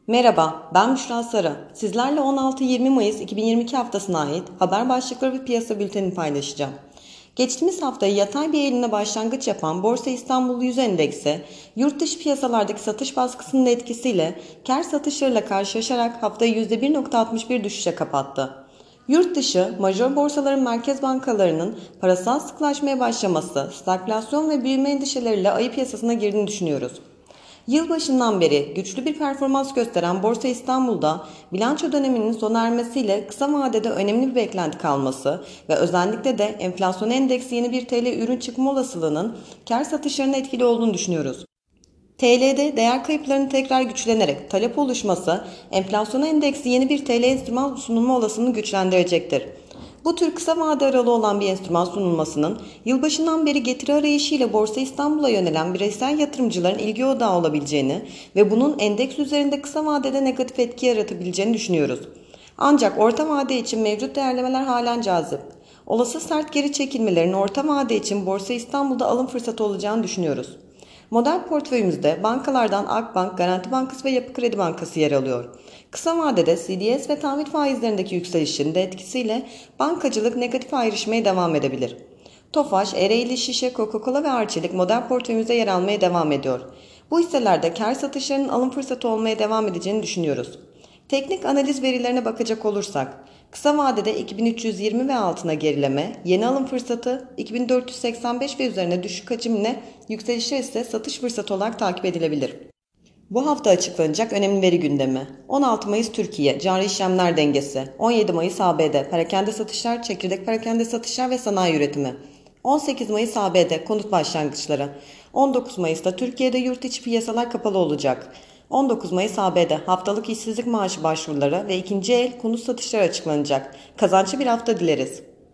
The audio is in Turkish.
Merhaba, ben Büşra Sarı. Sizlerle 16-20 Mayıs 2022 haftasına ait haber başlıkları ve piyasa bültenini paylaşacağım. Geçtiğimiz haftayı yatay bir eğilimle başlangıç yapan Borsa İstanbul 100 Endeksi, yurt dışı piyasalardaki satış baskısının etkisiyle kar satışlarıyla karşılaşarak haftayı %1,61 düşüşe kapattı. Yurt dışı, major borsaların merkez bankalarının parasal sıkılaşmaya başlaması, stagflasyon ve büyüme endişeleriyle ayı piyasasına girdiğini düşünüyoruz. Yılbaşından beri güçlü bir performans gösteren Borsa İstanbul'da bilanço döneminin sona ermesiyle kısa vadede önemli bir beklenti kalması ve özellikle de enflasyon endeksi yeni bir TL ürün çıkma olasılığının kar satışlarına etkili olduğunu düşünüyoruz. TL'de değer kayıplarının tekrar güçlenerek talep oluşması, enflasyon endeksi yeni bir TL enstrüman sunulma olasılığını güçlendirecektir. Bu tür kısa vade aralığı olan bir enstrüman sunulmasının yılbaşından beri getiri arayışıyla Borsa İstanbul'a yönelen bireysel yatırımcıların ilgi odağı olabileceğini ve bunun endeks üzerinde kısa vadede negatif etki yaratabileceğini düşünüyoruz. Ancak orta vade için mevcut değerlemeler halen cazip. Olası sert geri çekilmelerin orta vade için Borsa İstanbul'da alım fırsatı olacağını düşünüyoruz. Model portföyümüzde bankalardan Akbank, Garanti Bankası ve Yapı Kredi Bankası yer alıyor. Kısa vadede CDS ve tahvil faizlerindeki yükselişin de etkisiyle bankacılık negatif ayrışmaya devam edebilir. Tofaş, Ereğli, Şişe, Coca-Cola ve Arçelik model portföyümüzde yer almaya devam ediyor. Bu hisselerde kar satışlarının alım fırsatı olmaya devam edeceğini düşünüyoruz. Teknik analiz verilerine bakacak olursak, kısa vadede 2320 ve altına gerileme, yeni alım fırsatı 2485 ve üzerine düşük hacimle yükselişler ise satış fırsatı olarak takip edilebilir. Bu hafta açıklanacak önemli veri gündemi. 16 Mayıs Türkiye, cari işlemler dengesi. 17 Mayıs ABD, perakende satışlar, çekirdek perakende satışlar ve sanayi üretimi. 18 Mayıs ABD, konut başlangıçları. 19 Mayıs'ta Türkiye'de yurt içi piyasalar kapalı olacak. 19 Mayıs ABD, haftalık işsizlik maaşı başvuruları ve ikinci el konut satışları açıklanacak. Kazançlı bir hafta dileriz.